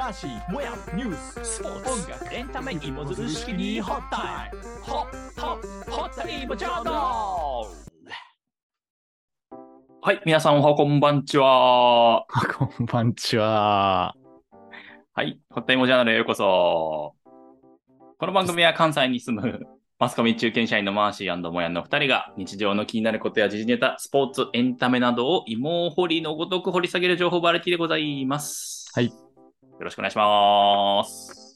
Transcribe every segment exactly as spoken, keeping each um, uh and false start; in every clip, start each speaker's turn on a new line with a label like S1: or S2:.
S1: マーシー、もやニュース、スポーツ、音楽、エンタメ、芋づる式にホッタイム、ホッホッホッタイムチャンネル。はい、皆さんおはこんばんちは。
S2: こんばんちは。
S1: はい、ホッタイムジャーナルへようこそ。この番組は関西に住むマスコミ中堅社員のマーシー&もやんのふたりが日常の気になることや時事ネタ、スポーツ、エンタメなどを芋掘りのごとく掘り下げる情報バラエティでございます。
S2: はい。
S1: よろしくお願いします。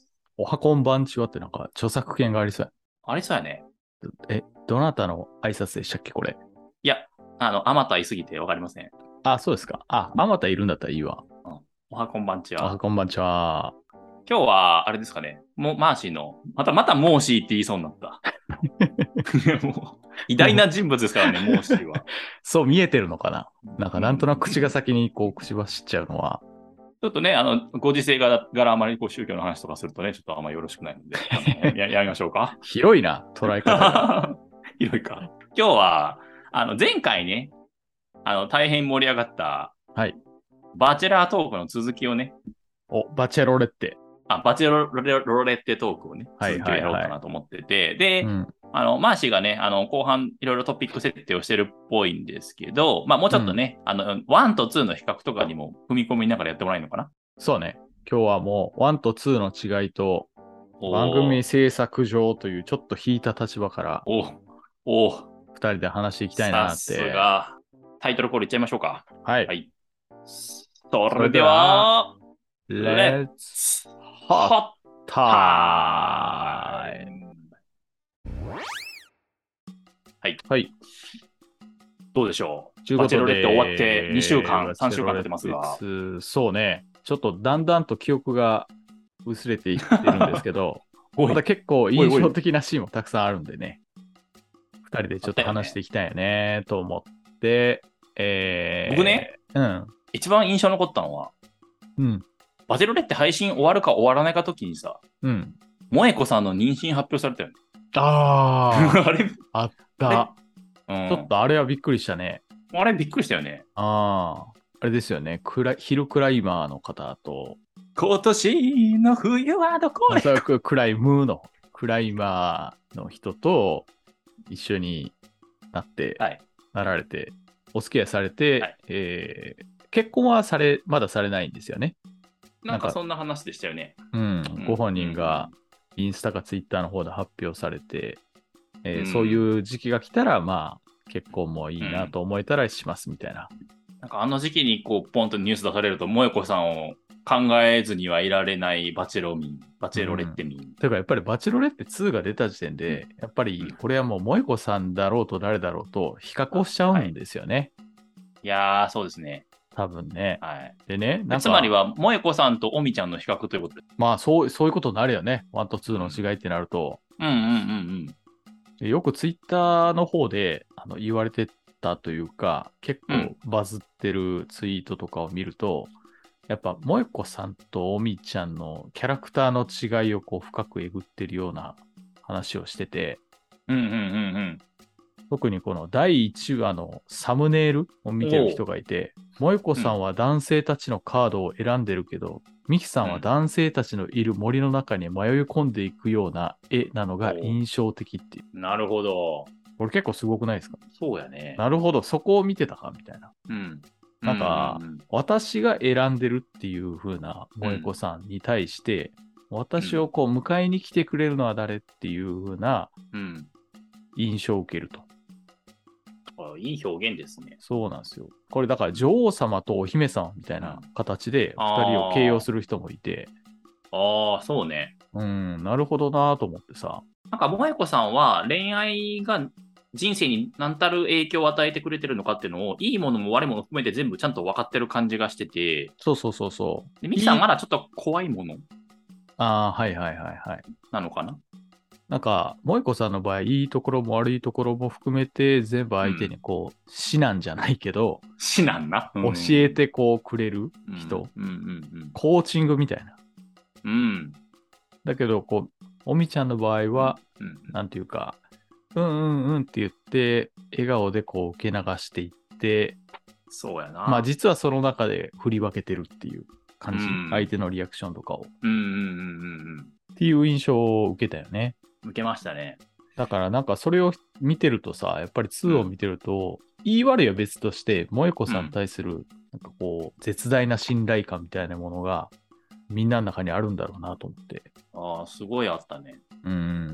S2: おはこんばんちはってなんか著作権がありそう
S1: ありそうやね。
S2: や。え、どなたの挨拶でしたっけこれ。
S1: いや、あの、あまたいすぎてわかりません。
S2: あ、そうですか。あ、あまたいるんだったらいいわ。
S1: うん、おはこんばんち
S2: おは
S1: は。
S2: こんばんちは。
S1: 今日は、あれですかね。もう、マーシーの、また、またモーシーって言いそうになった。もう偉大な人物ですからね、モーシーは。
S2: そう見えてるのかななんかなんとなく口が先にこう口走っちゃうのは。
S1: ちょっとね、あの、ご時世柄あまりこう宗教の話とかするとね、ちょっとあんまりよろしくないので、あのややめましょうか。
S2: 広いな、捉え方が。
S1: 広いか。今日は、あの、前回ね、あの、大変盛り上がった、
S2: はい。
S1: バチェラートークの続きをね、
S2: お、バチェロレッテ。
S1: あ、バチェロレロレッテトークをね、
S2: はい
S1: 続きをやろうかなと思ってて、で、
S2: うん。
S1: あの、マーシーがね、あの、後半いろいろトピック設定をしてるっぽいんですけど、まあもうちょっとね、あの、ワンとツーの比較とかにも踏み込みながらやってもらえるのかな。
S2: そうね。今日はもうワンとツーの違いと番
S1: お
S2: 組
S1: ー、
S2: 制作上というちょっと引いた立場から
S1: おー、おー、
S2: ふたりで話していきたい
S1: さ
S2: なって。
S1: すが。タイトルコールいっちゃいましょうか。
S2: はい。
S1: はい。それで
S2: それでは、
S1: は、レッ
S2: Let's
S1: ツ
S2: Hot
S1: ホッタイ
S2: Time!
S1: ム。はい。
S2: はい。
S1: どうでしょう。
S2: ということで、
S1: バチェロレッテ終わってにしゅうかん、
S2: バ
S1: さんしゅうかん経
S2: チェロレッ
S1: ってますが。
S2: テそうね。ちょっとだんだんと記憶が薄れていってるんですけど、
S1: おい
S2: また結構
S1: おいおい
S2: 印象的なシーンもたくさんあるんでね。二人でちょっと
S1: あったよね
S2: 話していきたいよねと思って、えー、
S1: 僕ね、
S2: うん。
S1: 一番印象残ったのは、
S2: うん。
S1: バチェロレッテ配信終わるか終わらないか時にさ、
S2: うん。
S1: 萌子さんの妊娠発表されたよね。
S2: あ
S1: あれ、
S2: あ、あった。
S1: うん、
S2: ちょっとあれはびっくりしたね。
S1: あれびっくりしたよね。
S2: ああ、あれですよね。クラヒルクライマーの方と、
S1: 今年の冬はどこへ
S2: あそうククライムのクライマーの人と一緒になって、
S1: はい。
S2: なられて、お付き合いされて、
S1: はい
S2: えー結婚はされ、まだされないんですよね。
S1: なんかそんな話でしたよね。
S2: うん、
S1: うん
S2: ご本人がインスタかツイッターの方で発表されて、えー
S1: うん
S2: そういう時期が来たら、まあ、結婚もいいなと思えたらしますみたいな。
S1: なんかあの時期にこうポンとニュース出されると、萌子さんを考えずにはいられないバチェロ民、バチェロレッテ民。
S2: というかやっぱりバチェロレッテツーが出た時点で、やっぱりこれはもう萌子さんだろうと誰だろうと比較をしちゃうんですよね。
S1: いやー、そうですね。
S2: 多分ね。
S1: はい。
S2: でね、なんか
S1: つまりは、萌子さんとおみちゃんの比較ということで。
S2: まあそう、そういうことになるよね。ワンとツーの違いってなると。
S1: うんうんうん
S2: でよくツイッターの方であの言われてたというか、結構バズってるツイートとかを見ると、やっぱ萌子さんとおみちゃんのキャラクターの違いをこう深くえぐってるような話をしてて、
S1: うん。うんうんうんうん。
S2: 特にこのだいいちわのサムネイルを見てる人がいて、萌子さんは男性たちのカードを選んでるけど、ミキさんは男性たちのいる森の中に迷い込んでいくような絵なのが印象的っていう。
S1: なるほど。
S2: これ結構すごくないですか？
S1: そうやね。
S2: なるほど、そこを見てたかみたいな。
S1: うん。
S2: なんか、
S1: うんうんうん、
S2: 私が選んでるっていう風な萌子さんに対して、うん、私をこう迎えに来てくれるのは誰っていう風な印象を受けると。
S1: あ、いい表現ですね。
S2: そうなんですよ。これだから女王様とお姫様みたいな形でふたりを形容する人もいて。
S1: ああ、そうね。
S2: うん、なるほどなと思ってさ。
S1: なんか萌子さんは恋愛が人生に何たる影響を与えてくれてるのかっていうのを、いいものも悪いものも含めて全部ちゃんと分かってる感じがしてて。
S2: そうそうそうそう。
S1: でミキさんまだちょっと怖いもの
S2: ああ、はいはいはいはい。
S1: なのかな。
S2: なんか、萌子さんの場合、いいところも悪いところも含めて、全部相手にこう、うん、指南じゃないけど、
S1: 指南な、
S2: うん、教えてこうくれる人、
S1: うんうんうんうん、
S2: コーチングみたいな。
S1: うん。
S2: だけど、こう、おみちゃんの場合は、うんうん、なんていうか、うんうんうんって言って、笑顔でこう受け流していって、
S1: そうやな。
S2: まあ実はその中で振り分けてるっていう。 感じ、
S1: うん
S2: 相手のリアクションとかを。
S1: うんうんうんうんうん。
S2: っていう印象を受けたよね。
S1: 受けましたね。
S2: だからなんかそれを見てるとさ、やっぱりにを見てると、言い悪いは別として、萌子さんに対する、なんかこう、絶大な信頼感みたいなものが、みんなの中にあるんだろうなと思って。
S1: ああ、すごいあったね。
S2: うん。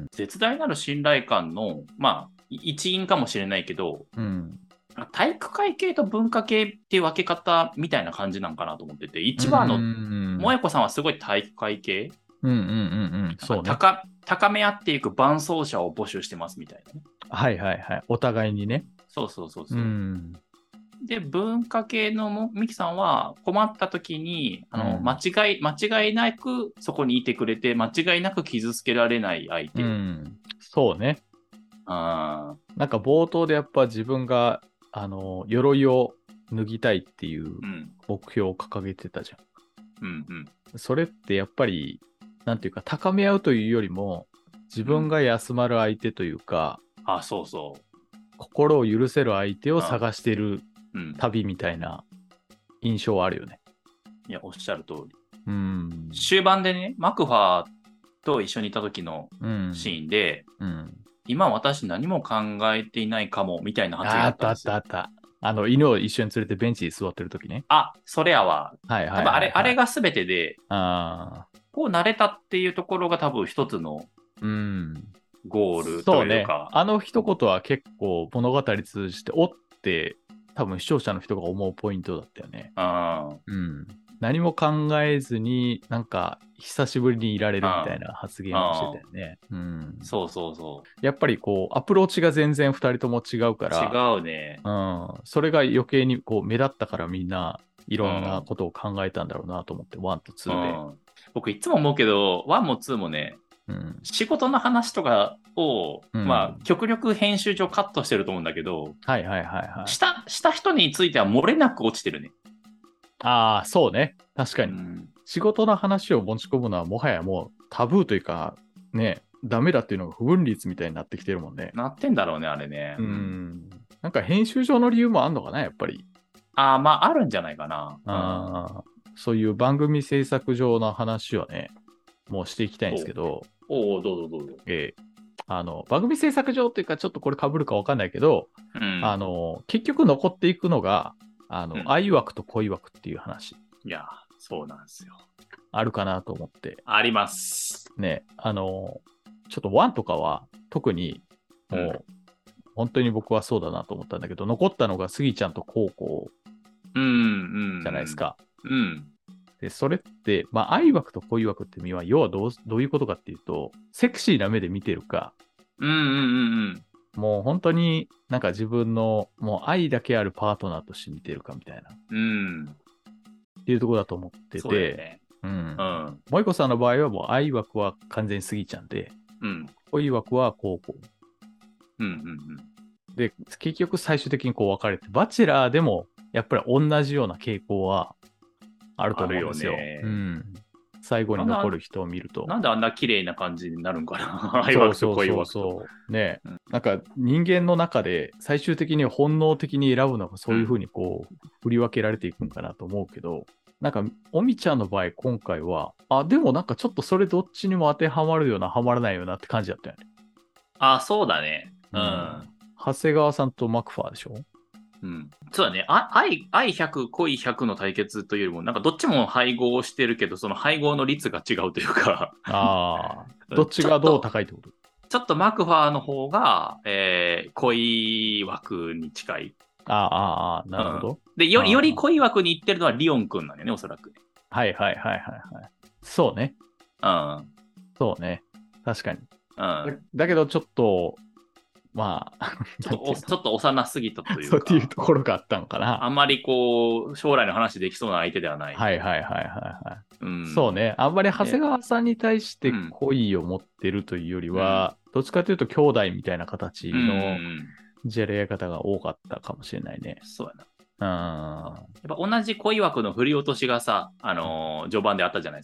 S1: 絶大なる信頼感の、まあ、い一因かもしれないけど、
S2: うん。
S1: 体育会系と文化系っていう分け方みたいな感じなんかなと思ってて、一番の、
S2: うん
S1: 萌子さんはすごい体育会系、
S2: うんうんうんうん。そうね。
S1: 高高め合っていく伴走者を募集してますみたいなね。
S2: はいはいはい。お互いにね。
S1: そうそうそうそう。
S2: うん。
S1: で、文化系のもミキさんは困った時に、あの、
S2: うん
S1: 間違い、間違いなくそこにいてくれて、間違いなく傷つけられない相手。
S2: うん。そうね。
S1: あ
S2: なんか冒頭でやっぱ自分が、あの、鎧を脱ぎたいっていう
S1: ーうん。
S2: 目標を掲げてたじゃ
S1: うんうん。
S2: ん。それってやっぱり、なんていうか、高め合うというよりも、自分が休まる相手というか、
S1: あ、そうそ
S2: 心を許せる相手を探してる
S1: う。うん。
S2: 旅みたいな印象はあるよね。
S1: いや、おっしゃる通り。
S2: うん。
S1: 終盤でね、マクファーと一緒にいた時の
S2: うん。
S1: シーンで、
S2: うん。
S1: 今私何も考えていないかも、みたいな発言
S2: ああったあ
S1: だったんですよ。
S2: ったあった。あの、犬を一緒に連れてベンチに座ってる時ね。
S1: あ、それやわ。
S2: はいはいはい、はい。
S1: 多分あれ、あれが全てで、
S2: ああ。
S1: こう慣れたっていうところが多分一つの
S2: うん。
S1: ゴール
S2: そうね
S1: というか。。
S2: あの一言は結構物語通じて、おって多分視聴者の人が思うポイントだったよね。
S1: あ
S2: うん。何も考えずに、なんか久しぶりにいられるみたいな発言をしてたよね。うん。
S1: そうそうそ
S2: やっぱりこう、アプローチが全然二人とも違うか
S1: う。
S2: ら、
S1: 違うね。
S2: うん。それが余計にこう目立ったからみんないろんなことを考えたんだろうなと思って、ワンとツ
S1: う
S2: ーで。
S1: ん、僕いつも思うけど、ワンもツーもね、
S2: うん。
S1: 仕事の話とかを、
S2: うん
S1: まあ、極力編集上カットしてると思うんだけど、
S2: はいはいはいはい。
S1: した、した人については漏れなく落ちてるね。
S2: ああ、そうね。確かに。
S1: うん
S2: 仕事の話を持ち込むのはもはやもうタブーというか、ね、ダメだっていうのが不分率みたいになってきてるもんね。
S1: なってんだろうね、あれね。
S2: う。ん。なんか編集上の理由もあんのかな、やっぱり。
S1: ああ、まあ、あるんじゃないかな。
S2: あそういう番組制作上の話はね、もうしていきたいんですけど、
S1: おお、どうぞどうぞ。
S2: ええあの、番組制作上というか、ちょっとこれ被るかわかんないけど、
S1: うん。
S2: あの、結局残っていくのが、あの、
S1: うん
S2: 愛枠と恋枠っていう話、
S1: いや、そうなんですよ。
S2: あるかなと思って。
S1: あります。
S2: ね、あの、ちょっとワンとかは特にもう、
S1: うん
S2: 本当に僕はそうだなと思ったんだけど、残ったのがスギちゃんとコウコ
S1: うん、うん。
S2: じゃないです。か。
S1: うん。
S2: で、それって、まあ、愛枠と恋枠って実は、要はどうどういうことかっていうと、セクシーな目で見てるか、
S1: うん、うん、うん、うん。
S2: もう本当になんか自分のもう愛だけあるパートナーとして見てるかみたいな、っ
S1: うん。
S2: ていうところだと思って
S1: そうだよ
S2: て、
S1: ね。
S2: うん
S1: う。ん。
S2: 萌子さんの場合はもう愛枠は完全にスギちゃんで、
S1: うん。
S2: 恋枠はコウコウ。
S1: うん、うん、
S2: で、結局最終的にこう分かれて、バチェラーでもやっぱり同じような傾向はあると思うんですよ。
S1: あるよね
S2: うん。最後に残る人を見ると。
S1: なんであんな綺麗な感じになるんかな。愛
S2: そう
S1: 枠と恋
S2: そうそう
S1: 枠と。
S2: そう。ね、
S1: うん
S2: なんか人間の中で最終的に本能的に選ぶのがそういうふうにこう、振り分けられていくんかなと思うけど、なんか、おみちゃんの場合今回は、あ、でもなんかちょっとそれどっちにも当てはまるような、はまらないようなって感じだったよね。
S1: あ、そうだね。う
S2: うん
S1: ん。
S2: 長谷川さんとマクファーでしょ
S1: うん。そうだね。あ愛、愛ひゃく、恋ひゃくの対決というよりも、なんかどっちも配合してるけど、その配合の率が違うというか、
S2: ああ、どっちがどう高いってこと
S1: ちょっとマクファーの方が、えー、恋枠に近い。
S2: ああ、ああ、なるほど。
S1: で、より、
S2: あー
S1: より恋枠に行ってるのはリオンくんなんだよね、おそらくね。
S2: はいはいはいはいはい。そうね。
S1: うん。
S2: そうね。確かに。
S1: うん。
S2: だだけどちょっと、まあ、
S1: ちょっとお、ちょっと幼すぎたというか。
S2: そうっていうところがあったのかな。
S1: あんまりこう、将来の話できそうな相手ではない。
S2: はいはいはいはいはい。
S1: うん、
S2: そうね。あんまり長谷川さんに対して
S1: うん
S2: 恋を持ってるというよりは、どっちかというと兄弟みたいな形
S1: うん。
S2: の
S1: うん
S2: じゃれ合い方が多かったかもしれないね。
S1: そうやな。
S2: うん。
S1: やっぱ同じ恋枠の振り落としがさ、あのー序盤であったじゃないですか。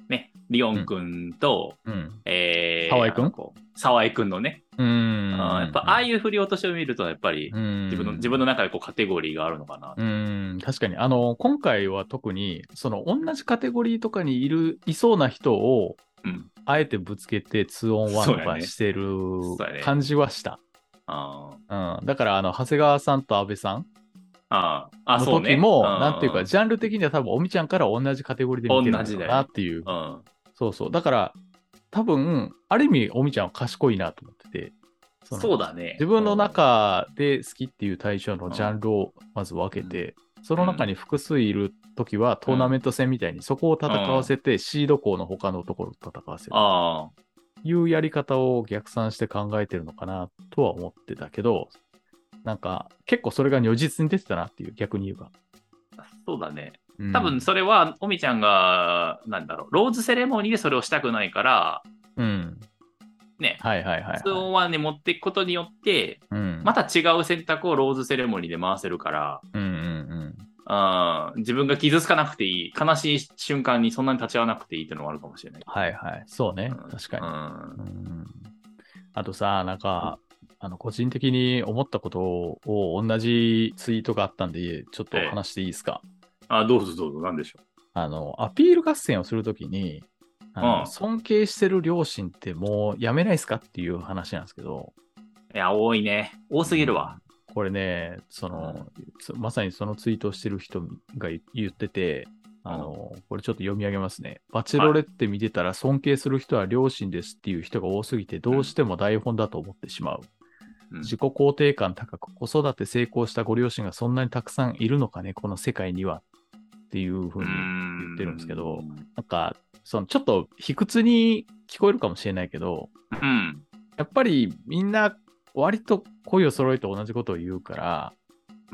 S1: ね、リオン君と、
S2: うん。
S1: えー、
S2: 沢井君
S1: あの子沢井君のね、
S2: うーん。
S1: あーやっぱああいう振り落としを見ると、やっぱり
S2: うーん。
S1: 自分の、自分の中でこうカテゴリーがあるのかな
S2: う
S1: と。
S2: ーん、確かに。あの、今回は特に、その、同じカテゴリーとかにいる、いそうな人を、
S1: うん。
S2: あえてぶつけてツーオンワンと
S1: そうやね。
S2: かしてる
S1: そうやね。
S2: 感じはした。
S1: あ
S2: うん。だから、あの、長谷川さんと安倍さん
S1: あ、ああ、
S2: の
S1: そうね。う
S2: 時も、なんていうか、
S1: ん。
S2: ジャンル的には多分、おみちゃんから同じカテゴリーで見てるんだろう
S1: 同じだよね。
S2: なっていう。
S1: うん。
S2: そうそう。だから、多分、ある意味、おみちゃんは賢いなと思ってて、その、
S1: そうだね。
S2: 自分の
S1: うん。
S2: 中で好きっていう対象の
S1: うん。
S2: ジャンルをまず分けて、その中
S1: うん。
S2: に複数いるときはトーナメント戦みたいにそこを戦わせて、シード校の他のところと戦わせる。
S1: ああ、
S2: いうやり方を逆算して考えてるのかなとは思ってたけど、なんか結構それが如実に出てたなっていう、逆に言えば。
S1: そうだね。
S2: うん、
S1: 多分それは、おみちゃんが、なんだろう、ローズセレモニーでそれをしたくないから、
S2: うん。
S1: ね、
S2: はいはいはい、
S1: ツーオン
S2: はい。
S1: ワンに持っていくことによって、
S2: うん。
S1: また違う選択をローズセレモニーで回せるから、
S2: うんうん
S1: あー自分が傷つかなくていい、悲しい瞬間にそんなに立ち会わなくていいっていうのもあるかもしれない。
S2: はいはい。そうね。
S1: うん、
S2: 確かに。
S1: うん
S2: うん。あとさ、なんか、あの、個人的に思ったことを同じツイートがあったんで、ちょっと
S1: ええ、
S2: 話していいですか。
S1: あ、どうぞどうぞ、なんでしょ
S2: あの、アピール合戦をするときに、あ
S1: う。う
S2: の、
S1: ん。
S2: 尊敬してる両親ってもうやめないですかっていう話なんですけど、
S1: いや、多いね。多すぎるわ。
S2: これね、その、そまさにそのツイートをしてる人が言ってて、あの、これちょっと読み上げますね。バチェロレって見てたら尊敬する人は両親ですっていう人が多すぎてどうしても台本だと思ってしまう。
S1: うん、
S2: 自己肯定感高く子育て成功したご両親がそんなにたくさんいるのかね、この世界にはっていうふうに言ってるんですけど、なんか、そのちょっと卑屈に聞こえるかもしれないけど、
S1: うん。
S2: やっぱりみんな割と声を揃えて同じことを言うから、
S1: うん。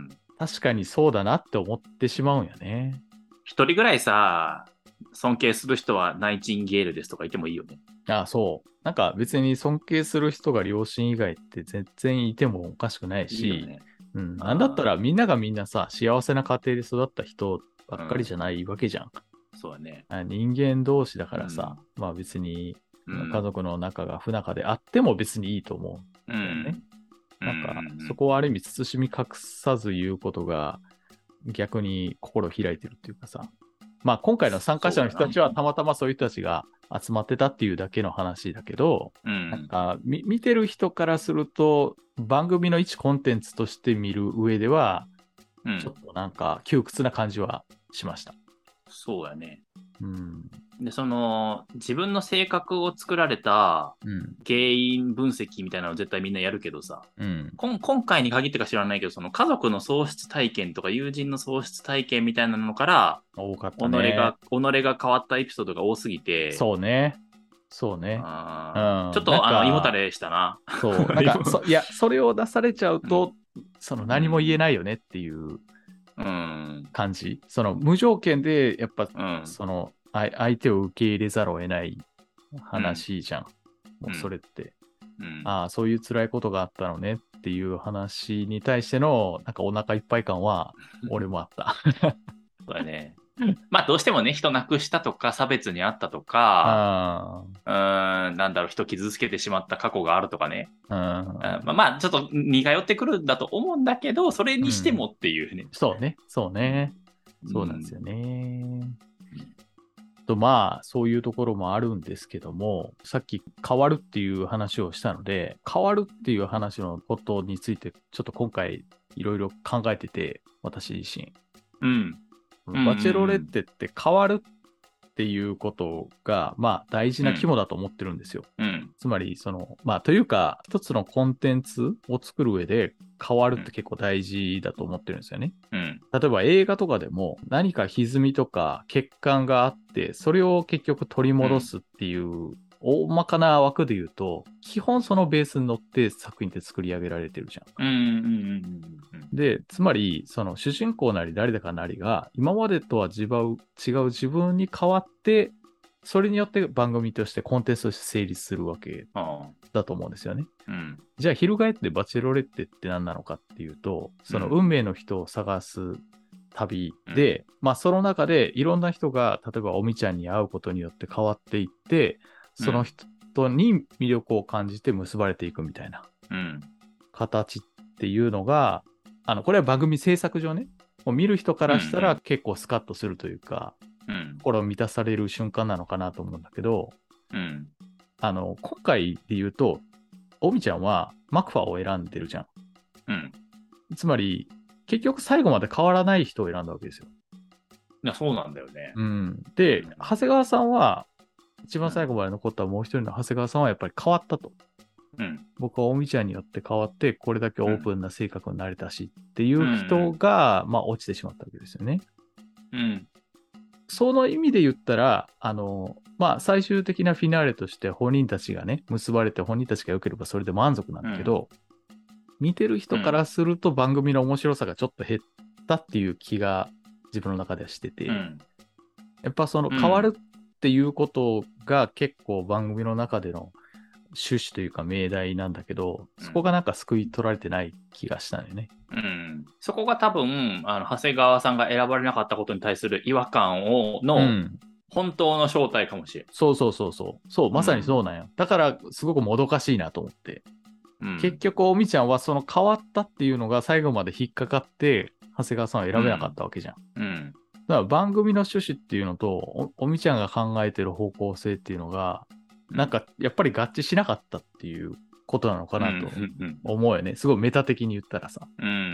S2: 確かにそうだなって思ってしまうんやね。
S1: 一人ぐらいさ、尊敬する人はナイチンゲールですとか言ってもいいよね。
S2: ああ、そう。なんか別に尊敬する人が両親以外って全然いてもおかしくないし、
S1: いいよね。
S2: うん、なんだったらみんながみんなさ、幸せな家庭で育った人ばっかりじゃないわけじゃん。
S1: うん、そうだね。
S2: あ人間同士だからさ、うん、まあ別に家族の仲が不仲であっても別にいいと思うんだよね。うん、なんかそこはある意味慎み隠さず言うことが逆に心を開いてるっていうかさ、まあ今回の参加者の人たちはたまたまそういう人たちが集まってたっていうだけの話だけど、
S1: うん、
S2: なんか見てる人からすると番組の一コンテンツとして見る上では、ちょっとなんか窮屈な感じはしました。
S1: そうやね。
S2: うん、
S1: で、その、自分の性格を作られた原因分析みたいなのを絶対みんなやるけどさ、
S2: うん、
S1: こん今回に限ってか知らないけど、その家族の喪失体験とか友人の喪失体験みたいなのから、
S2: 多かったね。
S1: 己が、己が変わったエピソードが多すぎて、
S2: そうね。そうね。
S1: あ
S2: うん、
S1: ちょっとあの胃もたれしたな。
S2: そう。なんかそ、いや、それを出されちゃうと、うん、その何も言えないよねっていう感じ。うん、その無条件で、やっぱ、うん、その相手を受け入れざるを得ない話じゃん。うん、もうそれって。うん、ああ、そういう辛いことがあったのねっていう話に対しての、なんかお腹いっぱい感は、俺もあった。
S1: そうだね。まあどうしてもね、人亡くしたとか、差別にあったとか、うーん、なんだろう、人傷つけてしまった過去があるとかね。あまあ、まあ、ちょっと似通ってくるんだと思うんだけど、それにしてもっていうね。
S2: うん、そうね、そうね。そうなんですよね。うんとまあそういうところもあるんですけども、さっき変わるっていう話をしたので、変わるっていう話のことについてちょっと今回いろいろ考えてて、私自身。
S1: うん。
S2: バチェロレッテって変わるっていうことが、まあ大事な肝だと思ってるんですよ。
S1: うんうん、
S2: つまり、その、まあというか、一つのコンテンツを作る上で変わるって結構大事だと思ってるんですよね。
S1: うん、
S2: 例えば映画とかでも何か歪みとか欠陥があって、それを結局取り戻すっていう、うん大まかな枠で言うと、基本そのベースに乗って作品って作り上げられてるじゃん。
S1: うんうんうんうん、
S2: で、つまり、その主人公なり誰だかなりが、今までとは違う、違う自分に変わって、それによって番組としてコンテンツとして成立するわけだと思うんですよね。
S1: うん、
S2: じゃあ、翻ってバチェロレッテって何なのかっていうと、その運命の人を探す旅で、うん、まあその中でいろんな人が例えばおみちゃんに会うことによって変わっていって、その人に魅力を感じて結ばれていくみたいな形っていうのが、あのこれは番組制作上ね、もう見る人からしたら結構スカッとするというか、うんうん、心を満たされる瞬間なのかなと思うんだけど、うん、あの今回で言うとおみちゃんはマクファーを選んでるじゃん、うん、つまり結局最後まで変わらない人を選んだわけですよ。
S1: いやそうなんだよね、
S2: うん、で、うん、長谷川さんは一番最後まで残ったもう一人の長谷川さんはやっぱり変わったと、うん、僕はおみちゃんによって変わってこれだけオープンな性格になれたしっていう人が、うん、まあ落ちてしまったわけですよね。うん、その意味で言ったらあのまあ最終的なフィナーレとして本人たちがね結ばれて本人たちが良ければそれで満足なんだけど、うん、見てる人からすると番組の面白さがちょっと減ったっていう気が自分の中ではしてて、うん、やっぱその変わるっていうことが結構番組の中での趣旨というか命題なんだけど、そこがなんか救い取られてない気がしたんだよね。
S1: うん、そこが多分あの長谷川さんが選ばれなかったことに対する違和感をの、うん、本当の正体かもしれん。
S2: そうそうそうそうそう、まさにそうなんよ、うん、だからすごくもどかしいなと思って、うん、結局おみちゃんはその変わったっていうのが最後まで引っかかって長谷川さんは選べなかったわけじゃん、うんうん、だから番組の趣旨っていうのと お, おみちゃんが考えてる方向性っていうのがなんかやっぱり合致しなかったっていうことなのかなと思うよね。すごいメタ的に言ったらさ。うんうんうん、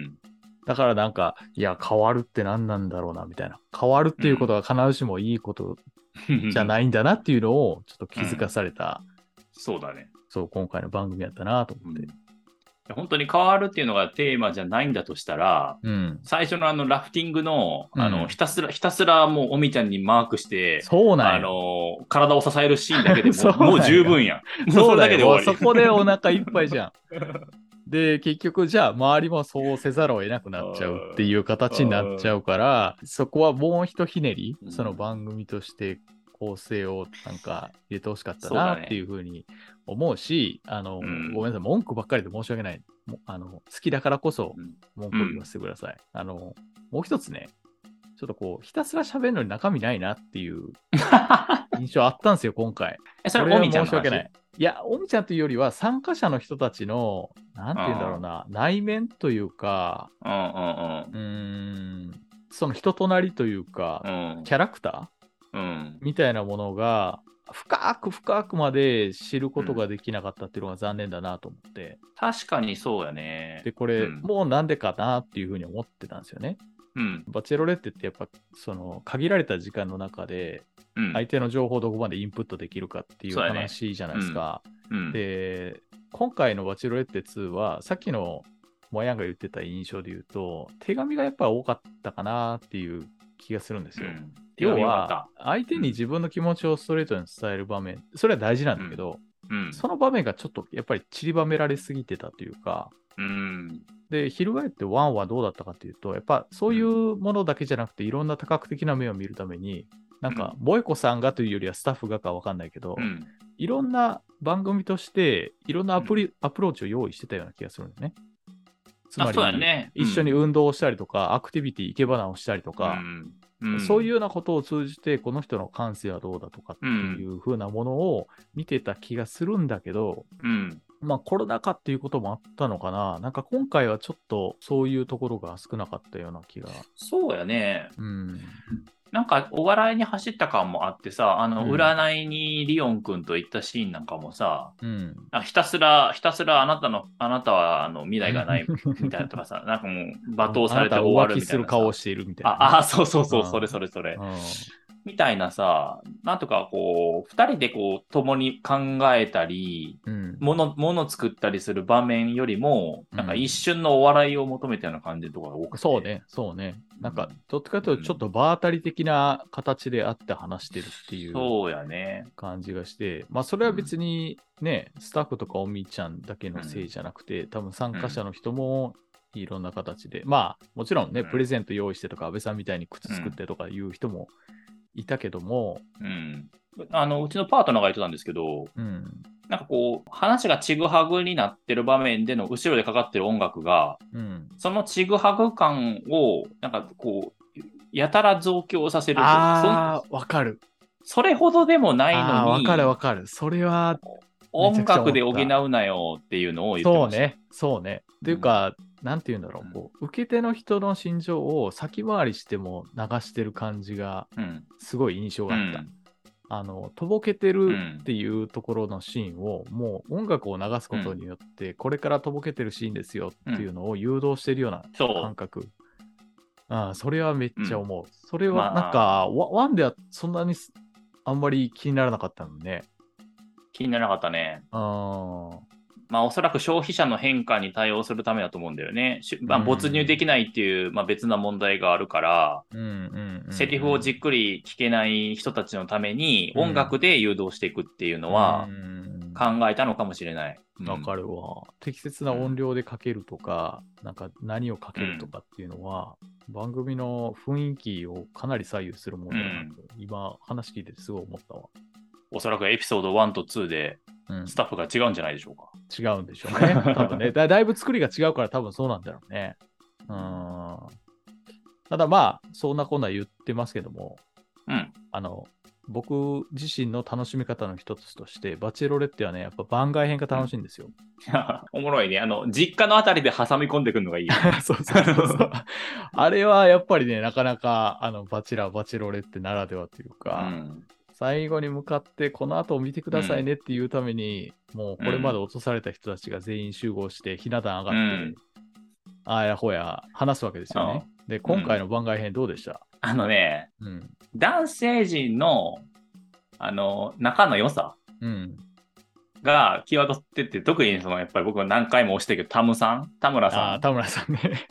S2: だからなんか、いや、変わるって何なんだろうなみたいな。変わるっていうことが必ずしもいいことじゃないんだなっていうのをちょっと気づかされた、
S1: うん、そうだね。
S2: そう、今回の番組やったなと思って。うん
S1: 本当に変わるっていうのがテーマじゃないんだとしたら、うん、最初のあのラフティングの、あの、うん、ひたすら、ひたすらもうおみちゃんにマークして、
S2: そうなん
S1: あの、体を支えるシーンだけでももう十分やん。もうそれだけで終わり。
S2: そこでお腹いっぱいじゃん。で、結局、じゃあ、周りもそうせざるを得なくなっちゃうっていう形になっちゃうから、そこはもうひとひねり、その番組として構成をなんか入れてほしかったなっていうふうに思うし、うね、あの、うん、ごめんなさい、文句ばっかりで申し訳ない。あの好きだからこそ文句を言わせてください。うん、あの、もう一つね、ちょっとこう、ひたすら喋るのに中身ないなっていう印象あったんですよ、今回。
S1: え、それおみちゃんの話？
S2: 申し訳ない。いや、おみちゃんというよりは、参加者の人たちの、なんて言うんだろうな、内面というか、うんうんうん、うーん、その人となりというか、うん、キャラクター、うん、みたいなものが、深く深くまで知ることができなかったっていうのが残念だなと思って。
S1: うん、確かにそうやね。
S2: で、これ、うん、もうなんでかなっていうふうに思ってたんですよね。うん、バチェロレッテってやっぱその限られた時間の中で相手の情報をどこまでインプットできるかっていう話じゃないですか。うんうん、で、今回のバチェロレッテツーはさっきのもやんが言ってた印象で言うと手紙がやっぱり多かったかなっていう気がするんですよ。うん、要は相手に自分の気持ちをストレートに伝える場面、それは大事なんだけど、うんうん、その場面がちょっとやっぱり散りばめられすぎてたというか、うんで、翻ってワンはどうだったかっていうと、やっぱそういうものだけじゃなくて、いろんな多角的な面を見るために、なんか、ボイコさんがというよりはスタッフがかわかんないけど、うん、いろんな番組として、いろんなアプリ、うん、アプローチを用意してたような気がするんだよね。つまり、ねうん、一緒に運動をしたりとか、アクティビティ、生け花をしたりとか、うん、そういうようなことを通じて、この人の感性はどうだとかっていう風なものを見てた気がするんだけど、うんまあコロナ禍っていうこともあったのかな。なんか今回はちょっとそういうところが少なかったような気が。
S1: そうやね。うん。なんかお笑いに走った感もあってさ、あの占いにリオン君と行ったシーンなんかもさ、うん、ひたすらひたすらあなたのあなたはあの未来がないみたいなとかさ、なんかもう罵倒されて終わるみたいな。浮気する
S2: 顔をしているみたいな、ね。
S1: ああ、そうそうそう、それそれそれ。みたいなさ、なんとかこう、二人でこう、共に考えたり、うん、もの、もの作ったりする場面よりも、なんか一瞬のお笑いを求めたような感じのところが多くて、
S2: そうね、そうね。なんか、どっちかというと、ちょっと場当たり的な形であって話してるっていう、
S1: そうやね。
S2: 感じがして、まあ、それは別にね、スタッフとかおみちゃんだけのせいじゃなくて、多分参加者の人も、いろんな形で、まあ、もちろんね、プレゼント用意してとか、安倍さんみたいに靴作ってとかいう人も、いたけども、
S1: うん、あのうちのパートナーが言ってたんですけど、うん、 なんかこう、話がちぐはぐになってる場面での後ろでかかってる音楽が、
S2: うん。
S1: そのちぐはぐ感を、なんかこう、やたら増強させるというか、そん
S2: あー、わかる。
S1: それほどでもないの
S2: あー、わかるわ
S1: に、
S2: かる。それはめちゃくちゃ
S1: 音楽で補
S2: 思った。
S1: うなよっていうのを言ってました。
S2: そうね、そうね。っていうか、なんて言うんだろう、こう、受け手の人の心情を先回りしても流してる感じが、
S1: うん。
S2: すごい印象
S1: う
S2: があった。
S1: ん。
S2: あの、とぼけて
S1: う
S2: るっ
S1: ん。
S2: ていうところのシーンを、もう音楽を流すこと
S1: うん。
S2: によって、これからとぼけてるシーンですよ
S1: うん。
S2: っていうのを誘導してるような
S1: そ
S2: 感覚。ああ、それはめっ
S1: う。うん。
S2: ちゃ思う。それは、なん
S1: まあ、
S2: か、ワワンではそんなにすあんまり気にならなかったのね。
S1: 気にならなかったね。
S2: ああ、
S1: まあ、おそらく消費者の変化に対応するためだと思うんだよね。し
S2: う
S1: まあ、没入で
S2: ん、
S1: きないっていう、まあ、別な問題があるから、
S2: うん、うん、う
S1: セリフをじ
S2: ん、
S1: っくり聞けない人たちのために
S2: うん、
S1: 音楽で誘導していくっていうの
S2: う
S1: は
S2: ん、
S1: 考えたのかもしれない。う
S2: わか
S1: ん。
S2: るわ。適切な音
S1: うん。
S2: 量でかけるとか、なんか何をかけると
S1: うん。
S2: かっていうのは、番組の雰囲気をかなり左右するもんだなと、
S1: うん。
S2: 今話聞いててすごい思ったわ。
S1: おそらくエピソードワンとツーで
S2: うん。
S1: スタッフが違うんじゃないでしょう
S2: 違うんでしょうね。多分ね。
S1: か。
S2: だ、だいぶ作りが違うから多分そうなんだろうね。うーん。ただまあ、そんなこんな言ってますけども、
S1: うん。
S2: あの、僕自身の楽しみ方の一つとして、バチェロレッテはね、やっぱ番外編が楽しいんですよ。
S1: おもろいね。あの、実家のあたりで挟み込んでくるのがいいよね。
S2: そうそうそうそう。あれはやっぱりね、なかなか、あの、バチェラー、バチェロレッテならではという
S1: う
S2: か、
S1: ん。
S2: 最後に向かって、この後を見てくださいねっていうために、もうこれまで
S1: うん。
S2: 落とされた人たちが全員集合して、ひな壇上がって、
S1: うん。
S2: あやほや話すわけですよね。で、
S1: うん。
S2: 今回の番外編どうでした？
S1: あのね、
S2: うん。
S1: 男性陣の、あの、仲の良さ
S2: うん。
S1: が際立ってて、特にその、やっぱり僕は何回も押してるけど、タムさん、田村さ
S2: ああ、
S1: ん
S2: 田村さんね。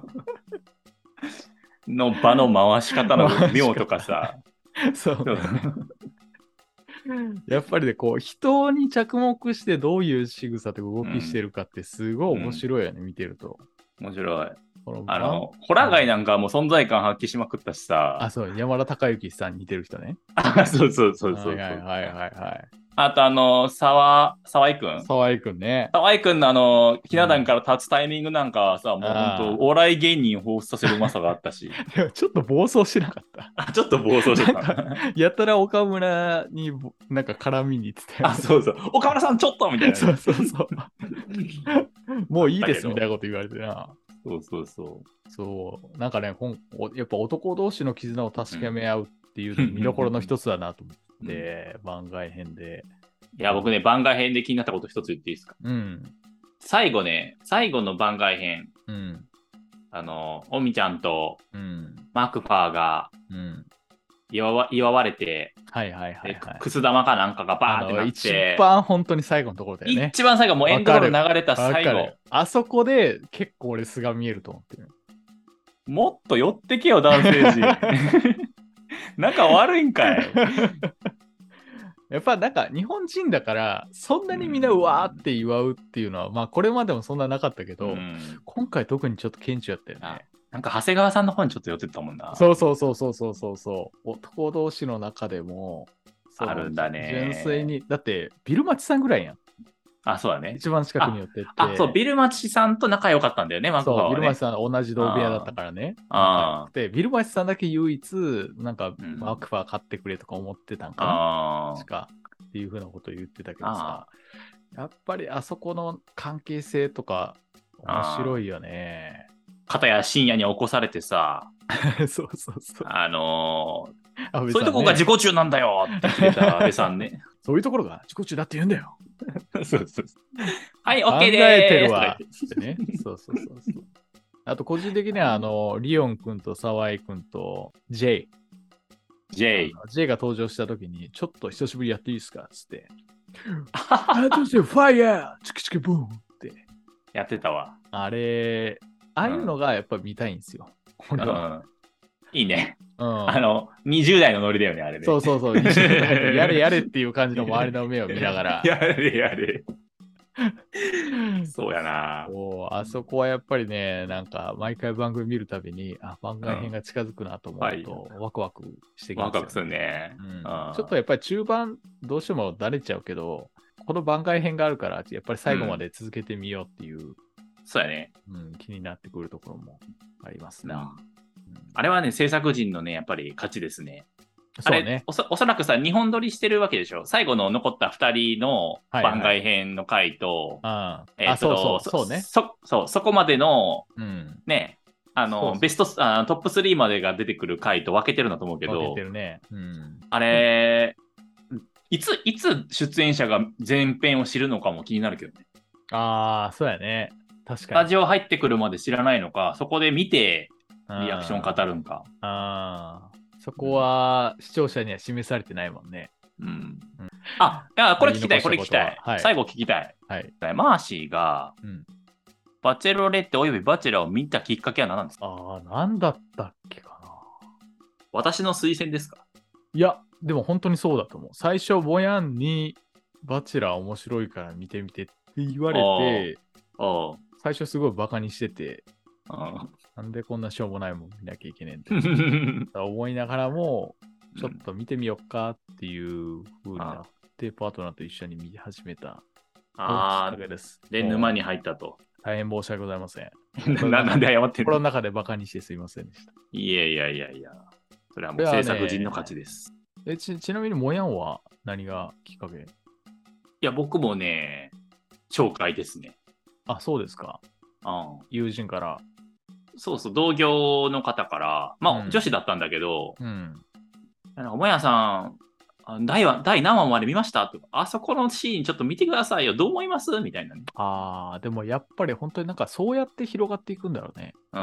S1: の場の回し方の
S2: マジか。
S1: 妙とかさ、
S2: そうね。やっぱりね、こう、人に着目してどういう仕草とか動きしてるかってすごい面
S1: うん、
S2: 白いよね、見てると。
S1: 面白い。
S2: この番、
S1: あの、ホラー
S2: うん、
S1: 街なんかはもう存在感発揮しまくったしさ、
S2: あ、そう、山田孝之さんに似てる人ね。
S1: あ、そうそうそうそ
S2: はい
S1: うそう。
S2: はいはいはいはい。
S1: あとあの、沢、沢井くん
S2: 沢井くんね。
S1: 沢井くんのあの、ひな壇
S2: うん。
S1: から立つタイミングなんかはさ、もう本当
S2: あ
S1: お笑い芸人を放出させるうまさがあったし、
S2: あ。でもちょっと暴走しなかった。
S1: あ、ちょっと暴走してた。
S2: なんか、やたら岡村にぼなんか絡みに行ってたよ
S1: あ、
S2: ね。
S1: そうそう。岡村さんちょっとみたいな
S2: そう
S1: ね。
S2: そうそう。も
S1: あ
S2: ういい
S1: ったけど。
S2: ですみたいなこと言われてな。
S1: そうそうそ
S2: そう。なんかね、ほんおやっぱ男同士の絆を
S1: う。う
S2: 確か
S1: ん。
S2: め合うっていうのも見どころの一つだなと思っ
S1: うん、
S2: て、番外編で。
S1: いや、僕ね、番外編で気になったこと一つ言っていいですか？
S2: うん。
S1: 最後ね、最後の番外編、
S2: うん。
S1: あの、おみちゃんと
S2: うん。
S1: マクファーが
S2: うん。
S1: 祝わ祝われて、
S2: はいはいはい
S1: でく
S2: はい。
S1: くす玉かなんかがバ
S2: あの、
S1: ーってなっ
S2: 一
S1: て、
S2: 番本当に最後のところだよね。
S1: 一番最後、もうエンドロール
S2: わかる。
S1: 流れた
S2: わかる。
S1: 最後、
S2: あそこで結構俺素が見えると思ってる。
S1: もっと寄ってけよ、男性陣。仲悪いんかい。
S2: やっぱなんか日本人だからそんなにみんなうわーって祝うっていうのはまあこれまでもそんななかったけ
S1: う
S2: ど、
S1: ん。
S2: 今回特にちょっと顕著やったよ
S1: あ、
S2: ね。
S1: なんか長谷川さんの方にちょっと寄ってったもんな。
S2: そうそうそうそうそうそうそう。男同士の中でも、その
S1: あるんだ
S2: 純粋
S1: ね。
S2: に、だってビルマチさんぐらいやん。
S1: あ、そうだね。
S2: 一番近くに
S1: あ、
S2: 寄ってっ
S1: あ、そう、
S2: て、
S1: ビルマチさんと仲良かったんだよね、マクファ
S2: そう、
S1: ーはね。
S2: ビルマチさん同じ同部屋だった
S1: あ
S2: からね、
S1: あ、
S2: 仲良
S1: ああ、
S2: くて、ビルマチさんだけ唯一、なんか
S1: うん、
S2: マークファー買ってくれとか思ってたんかな
S1: あ
S2: 確か。っていうふうなことを言ってたけどさ、
S1: あ、
S2: やっぱりあそこの関係性とか面
S1: ああ、
S2: 白いよね。
S1: 片や深夜に起こされてさ、
S2: そうそうそう。
S1: あの
S2: 安
S1: ーそういうとこが
S2: 倍さんね。
S1: 自己中なんだよって切れた安倍さんね。
S2: そういうところが自己中だって言うんだよ。
S1: そうそうそう。はい、
S2: 考
S1: OK
S2: えてる
S1: でーすとか言っ
S2: わ。ってね。そうそうそうそう。あと、個人的には、あの、リオン君と沢井君と J。
S1: て。J。
S2: J が登場した時に、ちょっと久しぶりやっていいですかつって。あとして、ファイヤーチキチキブーンって。
S1: やってたわ。
S2: あれ、ああいうのがやっぱ見たいんですよ。
S1: う
S2: 俺は。
S1: ん。いいね。
S2: うん
S1: あの、にじゅう代のノリだよね、あれね。
S2: そうそうそう。にじゅう代のやれやれっていう感じの周りの目を見ながら。
S1: やれやれ。そうやな。
S2: そうあそこはやっぱりね、なんか毎回番組見るたびに、あ、番外編
S1: うん。
S2: が近づくなと思
S1: はい。
S2: うと、ワクワクしてきますよね。
S1: ワクワクするね。
S2: うん、
S1: うん。
S2: ちょっとやっぱり中盤、どうしてもだれちゃうけど、 この番外編があるから、やっぱり最後まで続けてみようっていう、うん、
S1: そうやね、
S2: うん、気になってくるところもあります
S1: な、
S2: うん。
S1: あれはね、制作陣のね、やっぱり勝ちですね。あれ、
S2: ね、
S1: おそ、おそらくさ、にほん撮りしてるわけでしょ。最後の残ったふたりの番外編の回と、
S2: はいはい、
S1: えっと、
S2: そうそう、そうね。
S1: そ、そう、そこまでの、
S2: うん、
S1: ね、あの、
S2: そうそう
S1: ベストあ、トップスリーまでが出てくる回と分けてるんだと思うけど、
S2: 分けてるね。うん、
S1: あれ、いつ、いつ出演者が前編を知るのかも気になるけどね。
S2: ああ、そうやね。確かに。
S1: スタジオ入ってくるまで知らないのか、そこで見てリアクション語るんか。
S2: ああ、そこは視聴者には示されてないもんね。
S1: うん。うん、あ、いや、これ聞きたい、これ聞きたい。
S2: はい、
S1: 最後聞きたい。
S2: はい、
S1: マーシーが、うん、バチェロレッテおよびバチェラーを見たきっかけは何なんですか？
S2: ああ、何だったっけかな。
S1: 私の推薦ですか？
S2: いや、でも本当にそうだと思う。最初、ボヤンにバチェラー面白いから見てみてって言われて、最初すごいバカにしてて、なんでこんなしょうもないもん見なきゃいけねえんだ思いながらも、ちょっと見てみよっかっていう風になって、パートナーと一緒に見始めたきっかけです。
S1: で、沼に入ったと。
S2: 大変申し訳ございません。
S1: ななんで謝ってるの？
S2: 心の中でバカにしてすいませんでした。
S1: いやいやいやいや、それはもう制作陣の勝ちです。
S2: え ち, ちなみに、もやんは何がきっかけ？い
S1: や、僕もね、紹介ですね。
S2: あ、そうですか。
S1: うん、
S2: 友人から。
S1: そうそう、同業の方から、まあ、うん、女子だったんだけど、うん、もやさん、第は第何話まで見ましたとか、あそこのシーンちょっと見てくださいよ、どう思いますみたいな、ね。
S2: ああ、でもやっぱり本当になんかそうやって広がっていくんだろうね。
S1: うん。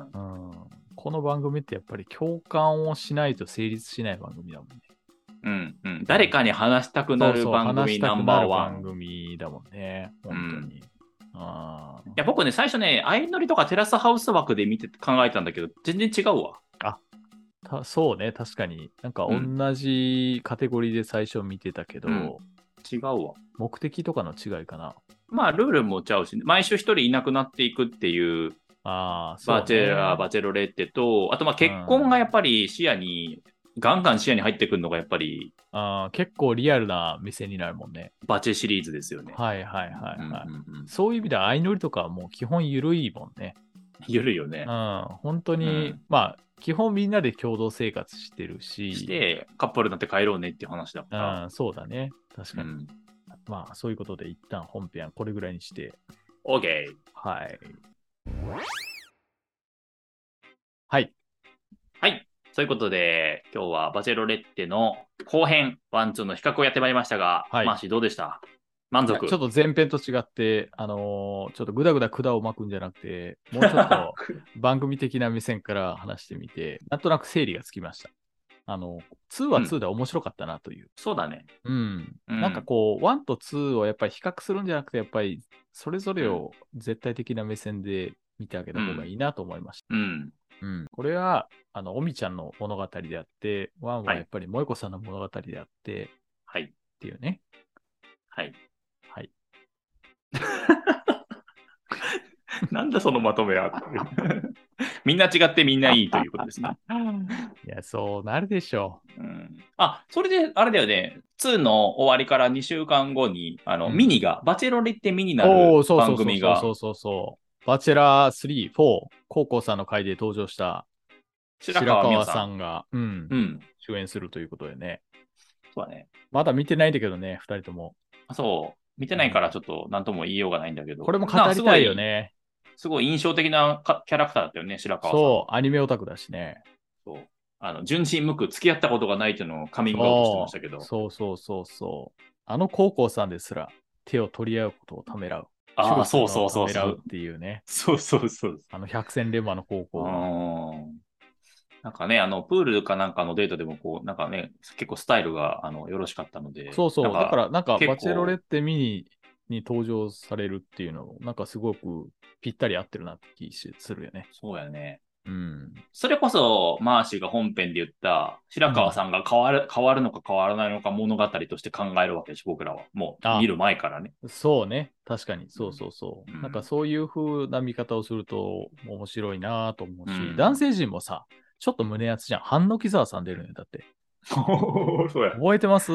S2: うん、この番組ってやっぱり共感をしないと成立しない番組だもんね。
S1: うんうん、誰かに話したくなる番組ナンバーワン。
S2: 番組だもんね、本当に。うん、
S1: あいや僕ね、最初ね、相乗りとかテラスハウス枠で見て考えたんだけど、全然違うわ。
S2: あたそうね、確かに。なんか同じカテゴリーで最初見てたけど、うん、
S1: 違うわ。
S2: 目的とかの違いかな。
S1: まあ、ルールもちゃうし、毎週一人いなくなっていくっていう、
S2: あ
S1: そうね、バチェラー、バチェロレッテと、あとまあ結婚がやっぱり視野に、うん、ガンガン視野に入ってくるのがやっぱり、
S2: あ結構リアルな店になるもんね。
S1: バチェシリーズですよね。
S2: はいはいはいはい。うんうんうん、そういう意味では相乗りとかはもう基本緩いもんね。
S1: 緩いよね。
S2: うん、本当に、うん、まあ、基本みんなで共同生活してるし。
S1: して、カップルになって帰ろうねっていう話だから。
S2: うん、そうだね。確かに。うん、まあ、そういうことで一旦本編はこれぐらいにして。
S1: OK。
S2: はい。はい。
S1: はい。そういうことで、今日はバチェロレッテの後編、ワン、ツーの比較をやってまいりましたが、はい、マーシーどうでした？満足？
S2: ちょっと前編と違って、あのー、ちょっとぐだぐだ管を巻くんじゃなくて、もうちょっと番組的な目線から話してみて、なんとなく整理がつきました。あの、ツーはツーで面白かったなという。うん、
S1: そうだね。
S2: うん。うん、なんかこう、ワンとツーをやっぱり比較するんじゃなくて、やっぱりそれぞれを絶対的な目線で見てあげた方がいいなと思いました。
S1: うん。うん
S2: うん、これは、あの、おみちゃんの物語であって、ワンはやっぱり萌子さんの物語であって、
S1: はい。
S2: っていうね。
S1: はい。
S2: はい。
S1: なんだそのまとめは。みんな違ってみんないいということですね。
S2: いや、そうなるでしょ
S1: う。うん、あ、それで、あれだよね。ツーの終わりからにしゅうかんごに、あの、うん、ミニが、バチェロレッテミニなる番組が。
S2: そうそうそうそうそう。バチェラースリー、フォー、コウコさんの回で登場した白川さんが、うん、うん、主演するということでね。
S1: そうだね。
S2: まだ見てないんだけどね、二人とも。
S1: そう。見てないからちょっと何とも言いようがないんだけど。
S2: これも語りたいよね。
S1: すごい印象的なキャラクターだったよね、白川さん。
S2: そう、アニメオタクだしね。
S1: そう。あの、純真無垢、付き合ったことがないというのをカミングアウトしてましたけど。
S2: そうそうそうそう。あの高校さんですら手を取り合うことをためらう。
S1: ああ、そうそうそう
S2: そう。っていうね。
S1: そうそうそう。
S2: あの百戦錬磨の高校
S1: は。なんかね、あの、プールかなんかのデートでもこう、なんかね、結構スタイルがあのよろしかったので。
S2: そうそう。だから、なんか、バチェロレッテミニに登場されるっていうの、なんかすごくぴったり合ってるなって気するよね。
S1: そうやね。
S2: うん。
S1: それこそ、マーシーが本編で言った、白川さんが変わる、うん、変わるのか変わらないのか物語として考えるわけでしょ、僕らは。もう、見る前からね。
S2: そうね。確かに。そうそうそう。うん、なんかそういう風な見方をすると面白いなと思うし、うん、男性陣もさ、ちょっと胸熱じゃん。半野木沢さん出るね、だって。
S1: そうや。
S2: 覚えてます？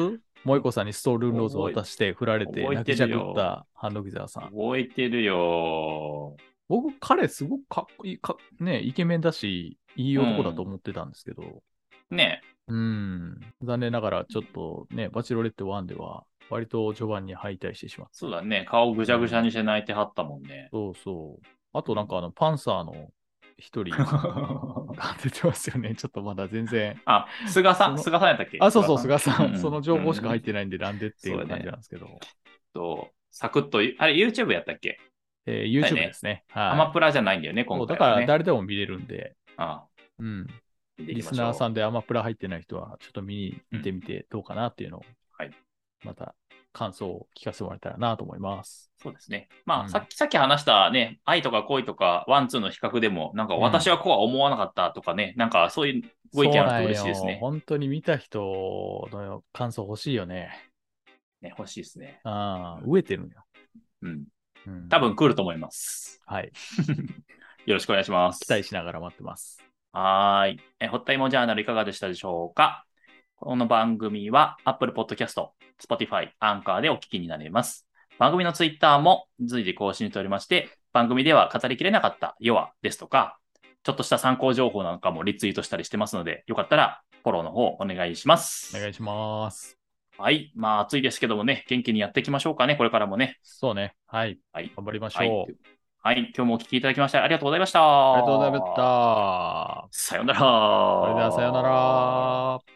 S2: 萌子さんにストールンローズを渡して振られて
S1: 覚え
S2: 泣きじゃ
S1: てるよ
S2: くったハンドギザーさん。
S1: 覚えてるよ。
S2: 僕、彼すごくかっこいい、かね、イケメンだし、いい男だと思ってたんですけど、
S1: ね
S2: うーん、残念ながらちょっとね、バチロレッテワンでは割と序盤に敗退してしまった。
S1: そうだね。顔ぐちゃぐちゃにして泣いてはったもんね。
S2: そうそう。あとなんかあの、パンサーの一人が出てますよね。ちょっとまだ全然。
S1: あ、菅さん、
S2: その
S1: 菅さんやったっけ
S2: あ、そうそう、
S1: 菅
S2: 菅さん。
S1: んうん
S2: その情報しか入っ
S1: うん
S2: てないんで、なんでっていう
S1: そうだね
S2: 感じなんですけど。
S1: と、サクッと、あれ YouTube やったっけ
S2: えー
S1: だよ
S2: YouTube
S1: ね
S2: ですね。
S1: ア
S2: はい。
S1: マプラじゃないんだよね、
S2: そう、だ
S1: 今回はね。
S2: から誰でも見れるんで、
S1: ああ
S2: うん。
S1: 見てい
S2: リ
S1: きましょう。
S2: スナーさんでアマプラ入ってない人は、ちょっと見に行ってみてどうかなっていうのを、
S1: はい。
S2: また感想を聞かせてもらえたらなと思います。
S1: そうですね。まあ、
S2: うん
S1: さっき、さっき話したね、愛とか恋とか、ワン、ツーの比較でも、なんか
S2: うん
S1: 私はこうは思わなかったとかね、なんかそういうご意
S2: そう
S1: 見あると
S2: なんよ。
S1: 嬉しいですね。
S2: 本当に見た人の感想欲しいよね。
S1: ね、欲しいですね。
S2: ああ、飢えてるんよ。
S1: うん。
S2: うん、
S1: 多分来ると思います。
S2: はい。
S1: よろしくお願いします。
S2: 期待しながら待ってます。
S1: はーい。え、ホッタイモジャーナルいかがでしたでしょうか？この番組は Apple Podcast、Spotify、Anchor でお聞きになれます。番組の Twitter も随時更新しておりまして、番組では語りきれなかった弱ですとか、ちょっとした参考情報なんかもリツイートしたりしてますので、よかったらフォローの方お願いします。
S2: お願いします。
S1: はい。まあ暑いですけどもね、元気にやっていきましょうかね、これからもね。
S2: そうね。はい。
S1: はい。
S2: 頑張りまし
S1: はい。
S2: ょう。
S1: はい。今日もお聞きいただきましてありがとうございました。
S2: ありがとうございました。
S1: さようなら。
S2: それではさようなら。